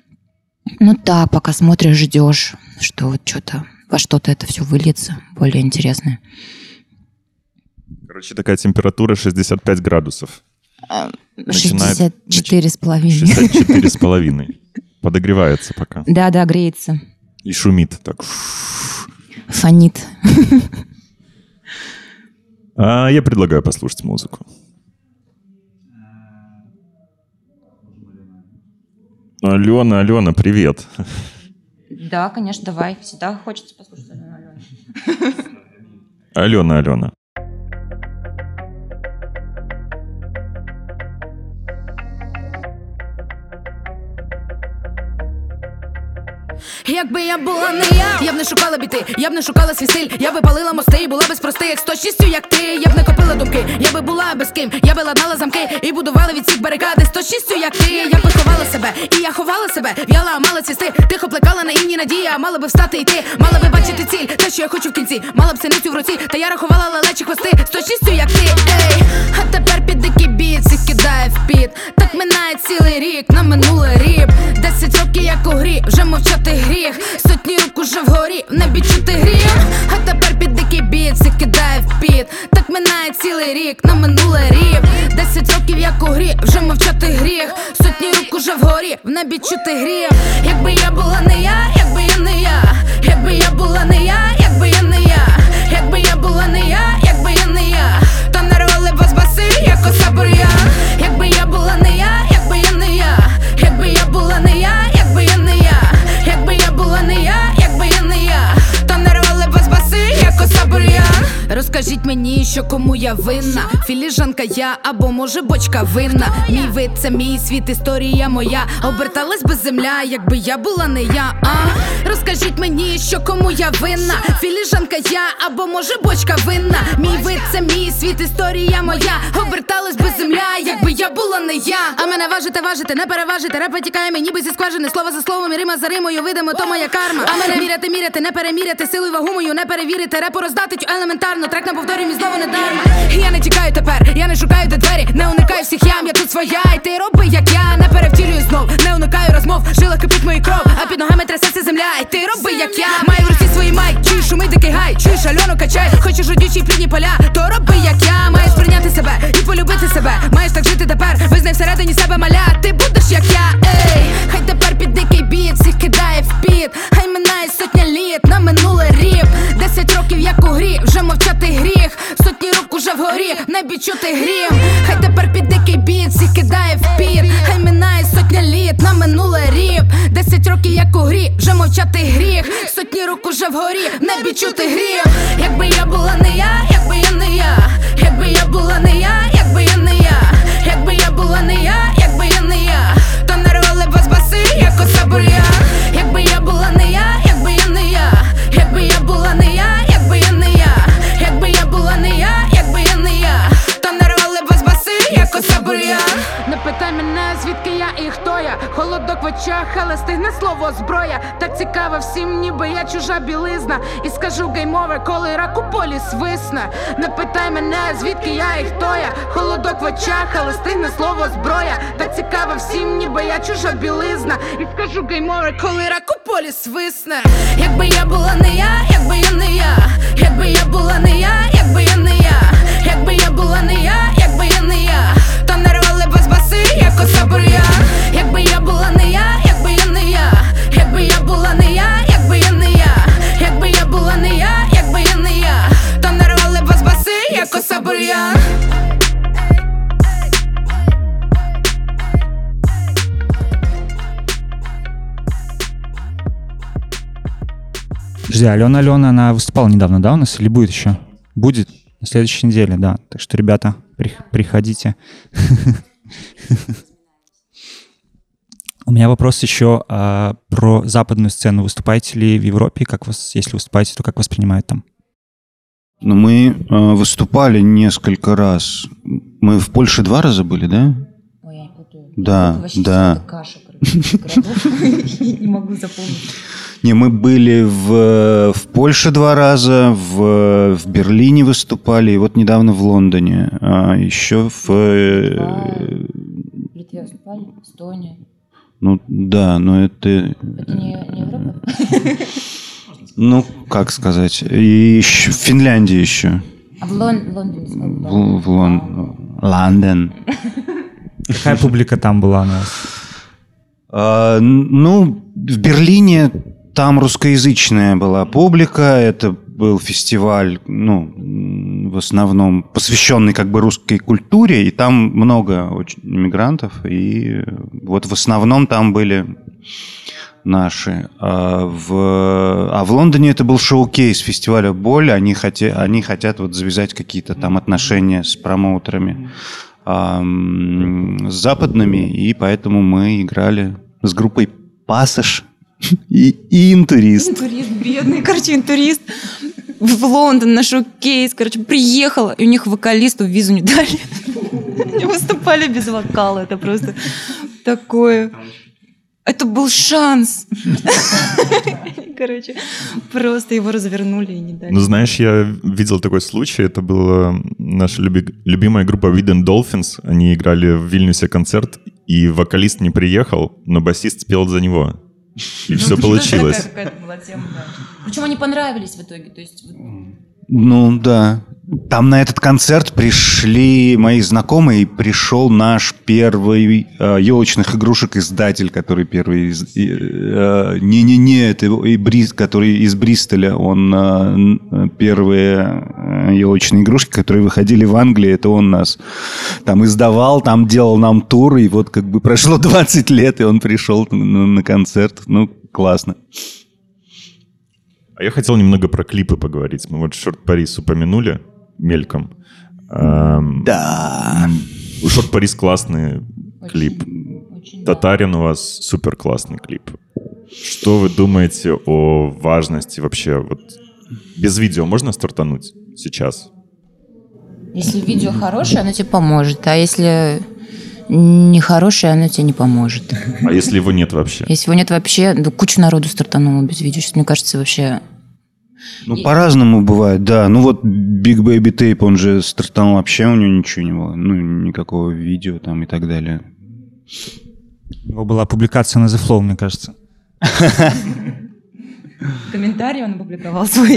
ну да, пока смотришь, ждешь, что вот что-то во что-то это все выльется, более интересное. Короче, такая температура шестьдесят пять градусов. шестьдесят четыре с половиной. шестьдесят четыре с половиной. Подогревается пока. Да-да, греется. И шумит так. Фонит. А я предлагаю послушать музыку. Алена, Алена, привет. Да, конечно, давай. Всегда хочется послушать Алену, Алену. Алена, Алена. Якби я була не я, я б не шукала біти, я б не шукала свій стиль, я би палила мости і була би з простих, з точністю як ти, я б не копила думки, я би була без ким, я би ладнала замки і будувала від всіх барикади, з точністю як ти, я би ховала себе, і я ховала себе, в'яла, мала цвісти, тихо плекала наївні надії, а мала би встати і йти, мала би бачити ціль, те, що я хочу в кінці, мала б синицю в руці, та я рахувала лелечі хвости, з точністю як ти, ей, а тепер під дикий біт, всіх кидає в піт, так минає цілий рік, на минуле ріп, десять років як у грі, вже мовчати гріх, сотні рук уже вгорі, в небі чути гріх, а тепер під дикий біт, всіх кидає в піт, так минає цілий рік, на минуле ріп, десять років як у грі, вже мовчати гріх, сотні рук уже вгорі, в небі чути гріх, якби я була не я, якби я не я, якби я була не я, якби я не я, якби я була не я, якби я не я, то нарвали б баси, як оса бур'ян, якби я була не я, якби я не я, якби я була не я, якби я не я, якби я була не я, якби я не я, то нарвали б баси, як оса бур'ян. Розкажіть мені, що кому я винна, філіжанка я, або може бочка винна, мій вид це мій світ, історія моя, оберталась би земля, якби я була не я, а? Розкажіть мені, що кому я винна, філіжанка я, або може бочка винна, мій вид це мій світ, історія моя, оберталась би земля, якби я була не я, а мене важите, важите, не переважите, реп тікає мені ніби зі скважини, слово за словом і рима за римою, видимо, то моя карма, а мене міряти, міряти, не переміряти, силу і вагу мою не перевірити, репу роздати елементарно, трек на повторі мій знову не дарма, я не тікаю тепер, я не шукаю де двері, не уникаю всіх ям, я тут своя, і ти роби як я, не перевтілюю знов, не уникаю розмов, жила кипить мої кров, а під ногами трясеться земля, і ти роби як я, маю в руці свої майк, чуєш шуми дикий гай, чуєш Альону качай, хочеш родючі плідні поля, то роби як я, маєш прийняти себе і полюбити себе, маєш так жити тепер, визнай всередині себе маля, ти будеш як я, ей, хай тепер під дикий біт, всіх кидає в піт, хай минає сотня літ, на минуле ріп, десять років як у грі, вже мовчати гріх, сотні рук уже вгорі, в небі небі чути грім. Хай тепер під дикий біт всі кидає в піт. Хай минає сотня літ, на минуле ріп. Десять років як у грі, вже мовчати гріх. Сотні рук уже вгорі, в небі чути грім. Якби я була не я, якби я не я. Якби я була не я, якби я не я. Якби я була не я, якби я не я. То нарвали б вас баси, як оса бур'ян. Якби я була не я, якби я не я. Якби я була не я, якби я не я. Якби я була не я, якби я не я. То нарвали б вас баси, як оса бур'ян. Не питай мене, звідки я і хто я. Холодок в очах, але стигне слово зброя. Так цікаво всім, ніби я чужа білизна. І скажу гейм-овер, коли рак у полі свисне. Не питай мене, звідки я і хто я. Холодок в очах, але стигне слово зброя. Так цікаво всім, ніби я чужа білизна. І скажу гейм-овер, коли рак у полі свисне. Якби я була не я, якби я не я. Якби я була не я, якби я не я. Якби я була не я, якби я не я. То нарвали б вас баси, як оса бур'ян. Якби я була не я, якби я не я. Якби я була не я, якби я не я. Якби я була не я, якби я не я. То нарвали б вас баси, як оса бур'ян. Подожди, Алена Алена, она выступала недавно, да, у нас? Или будет еще? Будет на следующей неделе, да. Так что, ребята, при, приходите. У меня вопрос еще а, про западную сцену. Выступаете ли в Европе? Как вас, если выступаете, то как воспринимают там? Ну, мы э, выступали несколько раз. Мы в Польше два раза были, да? Ой, я путаю. Да, Вообще да. какая-то каша, короче, городов. Не могу запомнить. Не, мы были в, в Польше два раза, в, в Берлине выступали, и вот недавно в Лондоне. А еще в... э, В Литве выступали, Эстония. Ну, да, но это... Это не, не Европа? Ну, как сказать? И еще в Финляндии еще. А в Лон- Лондоне? В, в Лон... Лондон. Какая публика там была у нас? А, ну, в Берлине там русскоязычная была публика. Это был фестиваль, ну, в основном посвященный как бы русской культуре. И там много очень иммигрантов. И вот в основном там были наши. А в, а в Лондоне это был шоу-кейс фестиваля «Боль». Они, хоте, они хотят вот завязать какие-то там отношения с промоутерами а, с западными. И поэтому мы играли с группой «Пассаж» и, и «Интурист». Интурист, бедный, короче, интурист в Лондон на шоу-кейс, короче, приехала, и у них вокалисту визу не дали. Они выступали без вокала, это просто такое... Это был шанс. Короче, просто его развернули и не дали. Ну, знаешь, я видел такой случай. Это была наша люби- любимая группа Weed and Dolphins. Они играли в Вильнюсе концерт, и вокалист не приехал, но басист спел за него. И все получилось. Причем они понравились в итоге. То есть... Ну, да. Там на этот концерт пришли мои знакомые, и пришел наш первый э, елочных игрушек издатель, который первый из... Э, не-не-не, это и Брис, который из Бристоля, он э, первые елочные игрушки, которые выходили в Англии, это он нас там издавал, там делал нам тур, и вот как бы прошло двадцать лет, и он пришел на, на концерт. Ну, классно. А я хотел немного про клипы поговорить. Мы вот «Шорт Парис» упомянули мельком. Эм, Да. У «Шорт Парис» классный клип. Очень, «Татарин» у вас супер классный клип. Что вы думаете о важности вообще? Вот без видео можно стартануть сейчас? Если видео хорошее, оно тебе поможет, а если нехорошее, оно тебе не поможет. А если его нет вообще? Если его нет вообще, ну, куча народу стартанула без видео. Сейчас, мне кажется, вообще... Ну, и... по-разному бывает, да. Ну, вот Big Baby Tape, он же стартанул, вообще у него ничего не было. Ну, никакого видео там и так далее. У него была публикация на The Flow, мне кажется. Комментарии он опубликовал свои.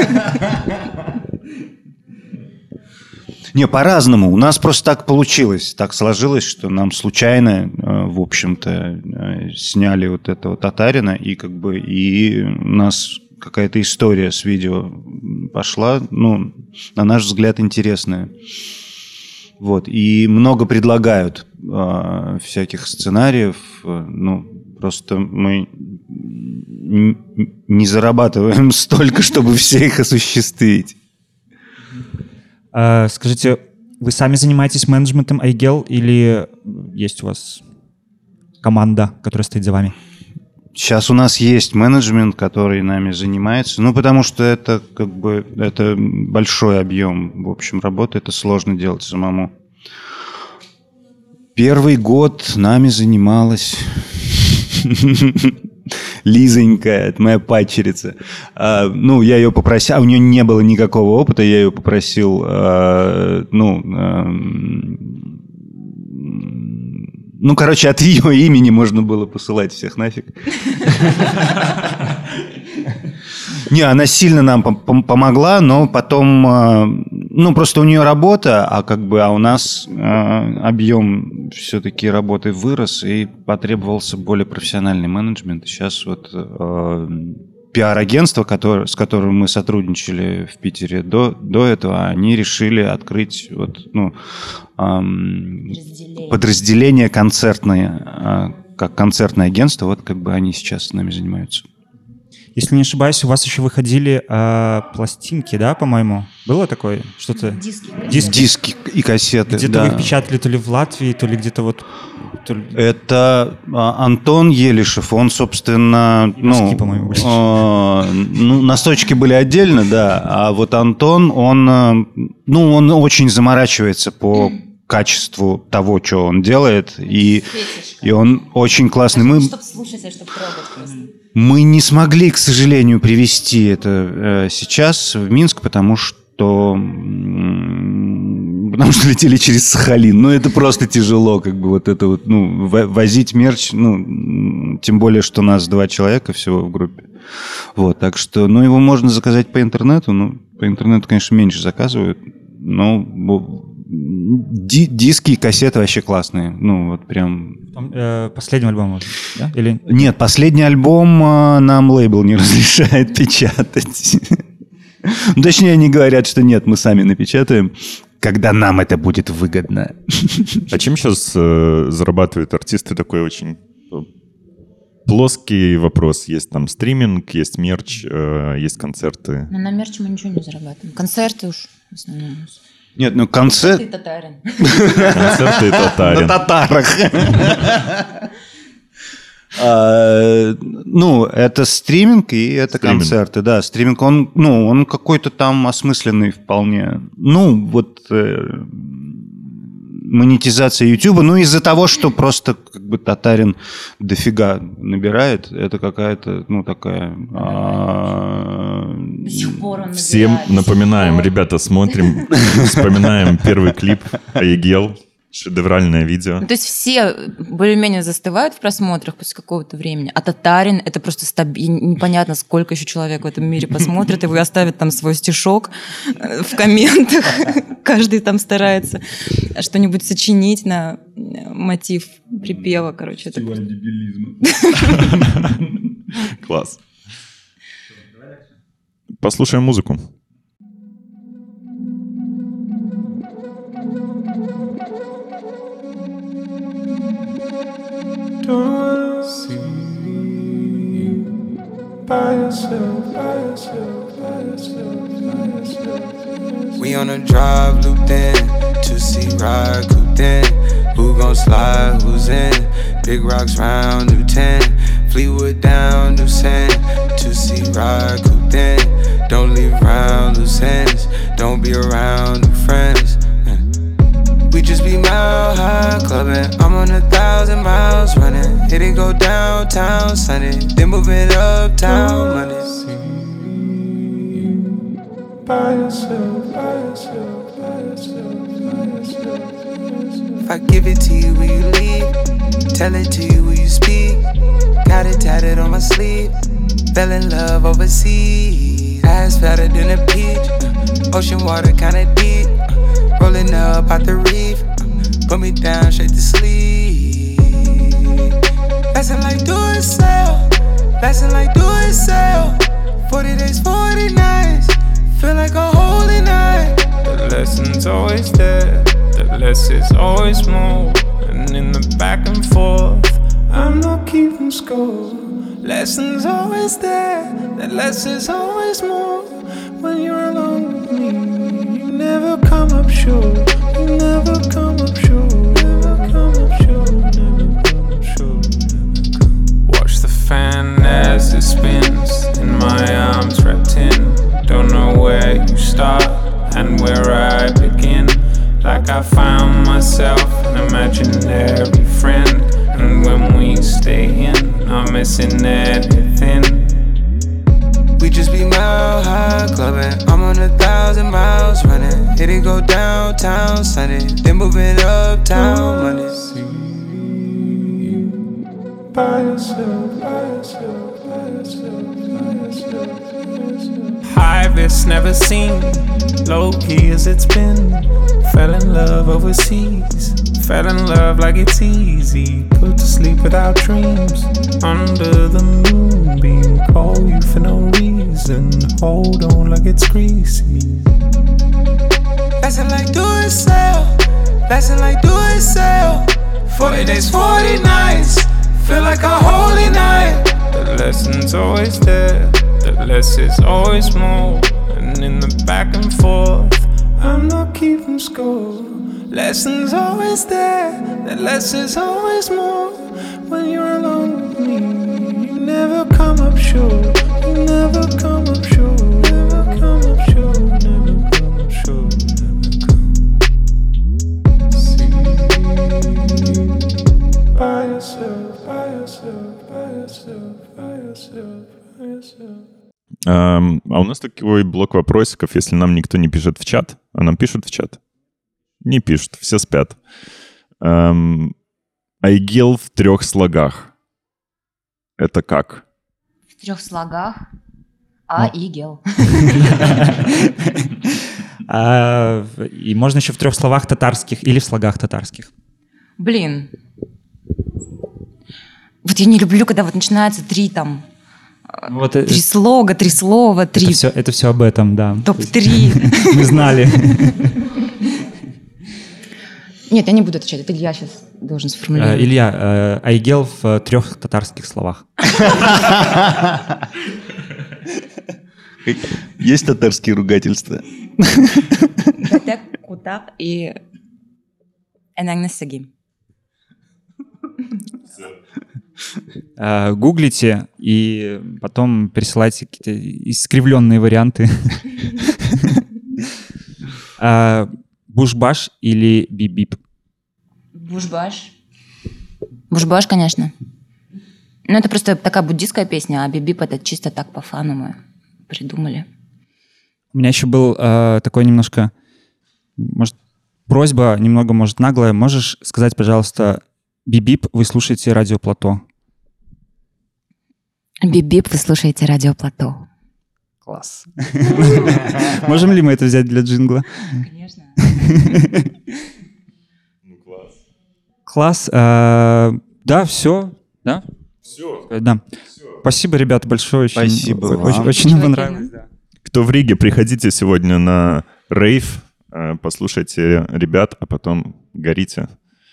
Не, по-разному. У нас просто так получилось, так сложилось, что нам случайно, в общем-то, сняли вот этого татарина, и как бы и у нас какая-то история с видео пошла, ну, на наш взгляд, интересная. Вот, и много предлагают э, всяких сценариев. Ну, просто мы не зарабатываем столько, чтобы все их осуществить. А, скажите, вы сами занимаетесь менеджментом iGel или есть у вас команда, которая стоит за вами? Сейчас у нас есть менеджмент, который нами занимается. Ну, потому что это как бы это большой объем, в общем, работы. Это сложно делать самому. Первый год нами занималась Лизонька, это моя падчерица. А, ну, я ее попросил, а у нее не было никакого опыта, я ее попросил, а, ну, а, ну, короче, от ее имени можно было посылать всех нафиг. Не, она сильно нам помогла, но потом, ну, просто у нее работа, а как бы, а у нас объем все-таки работы вырос, и потребовался более профессиональный менеджмент. Сейчас вот пиар-агентство, которое, с которым мы сотрудничали в Питере до, до этого, они решили открыть вот, ну, подразделение. подразделение концертное, как концертное агентство, вот как бы они сейчас с нами занимаются. Если не ошибаюсь, у вас еще выходили э, пластинки, да, по-моему? Было такое? Что-то? Диски. Диски, Диски и кассеты, где-то да. вы их печатали то ли в Латвии, то ли где-то вот... То ли... Это а, Антон Елишев, он, собственно... Носки, ну, по-моему, а, ну, носочки были отдельно, да, а вот Антон, он, ну, он очень заморачивается по качеству того, что он делает, и, и он очень классный. Мы... Чтобы слушать, а чтобы трогать просто. Мы не смогли, к сожалению, привезти это э, сейчас в Минск, потому что, потому что летели через Сахалин. Ну, это просто тяжело, как бы вот это вот, ну, возить мерч, ну, тем более, что нас два человека всего в группе. Вот, так что, ну, его можно заказать по интернету, ну, по интернету, конечно, меньше заказывают, но ди- диски и кассеты вообще классные, ну, вот прям... Последний альбом, может, да? Или... Нет, последний альбом нам лейбл не разрешает печатать. Ну, точнее, они говорят, что нет, мы сами напечатаем, когда нам это будет выгодно. А чем сейчас э, зарабатывают артисты? Такой очень плоский вопрос. Есть там стриминг, есть мерч, э, есть концерты. Но на мерче мы ничего не зарабатываем. Концерты уж в основном. Нет, ну концерт... Концерты и татарин. Концерты и татарин. На татарах. Ну, это стриминг и это концерты, да. Стриминг, он, ну, он какой-то там осмысленный вполне. Ну, вот монетизация Ютуба, ну, из-за того, что просто как бы татарин дофига набирает, это какая-то, ну, такая... До сих пор он Всем набирает, напоминаем, ребята, смотрим, вспоминаем первый клип iGel, шедевральное видео. Ну, то есть все более-менее застывают в просмотрах после какого-то времени, а татарин — это просто стабильно, непонятно, сколько еще человек в этом мире посмотрит, и вы оставит там свой стишок в комментах, каждый там старается что-нибудь сочинить на мотив припева, короче. Это просто... Класс. Послушаем музыку. Don't see you by yourself, by yourself, by yourself, by yourself. We on a drive looped in, two seat ride cooped in. Who gon' slide, who's in? Big rocks round, new ten. Fleetwood down, new sand. Two seat ride cooped in. Don't leave round loose ends. Don't be around new friends. We just be mile high clubbing. I'm on a thousand miles running. Hit it go downtown Sunday, then moving uptown Monday. By yourself, by yourself, by yourself, by yourself. If I give it to you, will you leave? Tell it to you, will you speak? Got it tatted on my sleeve. Fell in love overseas. Ass fatter than a peach. Ocean water kinda deep. Rolling up out the reef, put me down straight to sleep. Passing like do it sell, passing like do it sell. Forty days, forty nights, feel like a holy night. The lesson's always there, the that less is always more. And in the back and forth, I'm not keeping score. Lessons always there, that less is always more. When you're alone with me, you never come up short. You never come up short. Never come up short. Never come up short. Watch the fan as it spins in my arms wrapped in. Don't know where you start and where I begin. Like I found myself an imaginary friend. And when we stay in, not missing anything. We just be mile high clubbing. I'm on a thousand miles running. Hit it go downtown Sunday, then moving uptown Monday. By yourself, by yourself, by yourself, by yourself, by yourself. High risk never seen, low key as it's been. Fell in love overseas, fell in love like it's easy. Put to sleep without dreams, under the moonbeam. Call you for no reason, hold on like it's greasy. Lesson like do it sell, lesson like do it sell. Forty days, forty nights, feel like a holy night. The lesson's always there, the less is always more. And in the back and forth, I'm not keeping score. Lessons always there, the less is always more. When you're alone with me, you never come up short. You never come up short. Never come up short. Never come up short. By yourself, by yourself, by yourself, by yourself, by yourself. Um, а у нас такой блок вопросиков, если нам никто не пишет в чат. А нам пишут в чат? Не пишут, все спят. Um, Айгел в трех слогах. Это как? В трех слогах. Айгел. И можно еще в трех словах татарских или в слогах татарских. Блин. Вот я не люблю, когда вот начинается три там... Вот три это, слога, три слова, три... Это все, это все об этом, да. Топ-три. Мы знали. Нет, я не буду отвечать. Это Илья сейчас должен сформулировать. Илья, Айгел в трех татарских словах. Есть татарские ругательства? Гатек, кутак и энагнесаги. Гуглите и потом присылайте какие-то искривленные варианты. Бушбаш или бибип? Бушбаш. Бушбаш, конечно. Ну, это просто такая буддистская песня, а бибип — это чисто так по фану мы придумали. У меня еще был э, такой немножко, может, просьба немного, может, наглая. Можешь сказать, пожалуйста, бибип, вы слушаете радио Плато? Бибип, вы слушаете радио Плато. Класс. Можем ли мы это взять для джингла? Конечно. Ну, класс. Класс. Да, все. Да? Все. Да. Спасибо, ребята, большое. Спасибо вам. Очень, очень нам понравилось. Кто в Риге, приходите сегодня на рейв, послушайте ребят, а потом горите.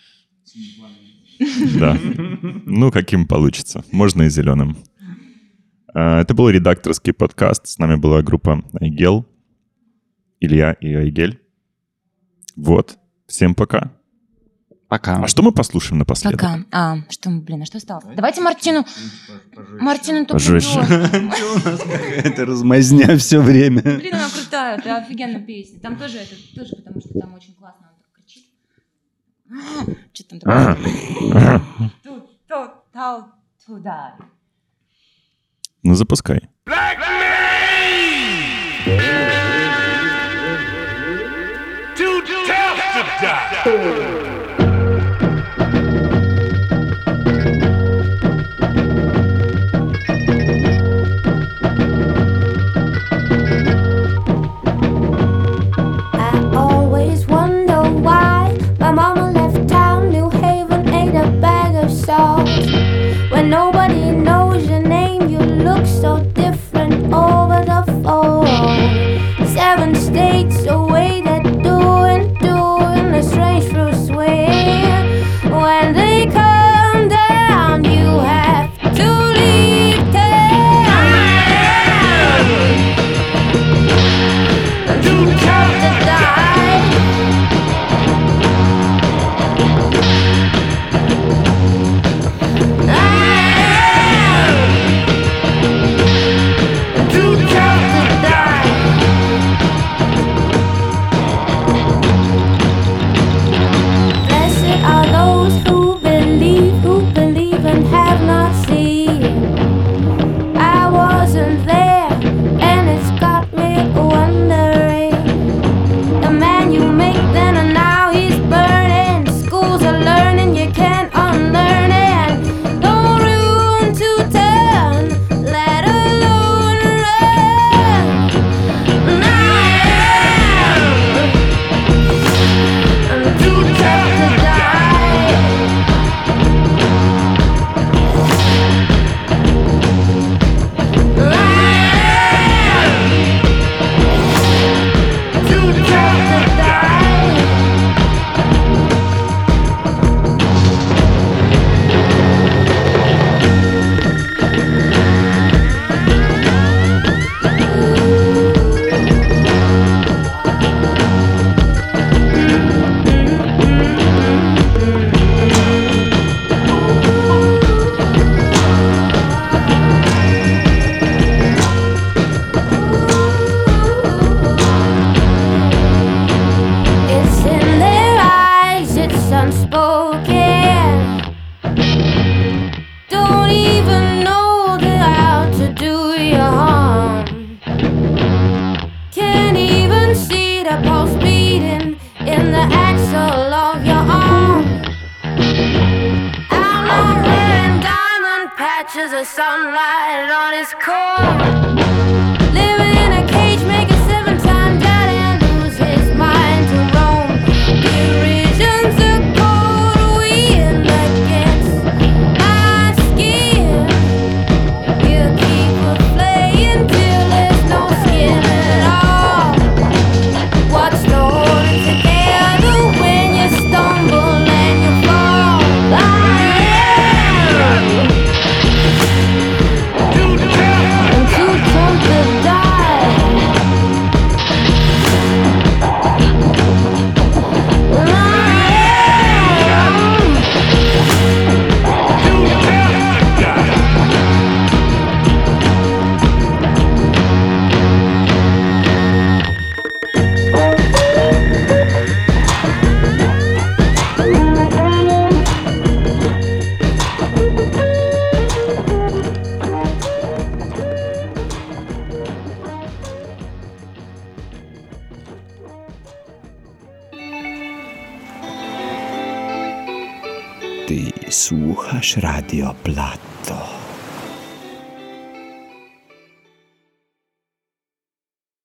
Да. Ну, каким получится. Можно и зеленым. Это был редакторский подкаст. С нами была группа Айгел, Илья и Айгель. Вот. Всем пока. Пока. А что мы послушаем напоследок? Пока. А, что мы, блин, а что осталось? Давайте Мартину. Мартину только Пожестче. У нас какая-то размазня все время. Блин, она крутая, это офигенная песня. Там тоже это, тоже потому что там очень классно он так кричит. Что там такое? Тут, тут, тут, туда. Ну, запускай. Too tough to die. When nobody knows your name, you look so different over the phone. Seven states away, that doing, doing a strange fruit. the axle of your arm. Outlaw wearing diamond patches of sunlight on his core. Living in a cage, making seven-time daddy and lose his mind to roam. Derision's a cold wind against my skin. He'll keep a flame till there's no skin at all. What's the holding together when you stumble and you fall? I am too tough to die. I am Ty słuchasz Radio Plato.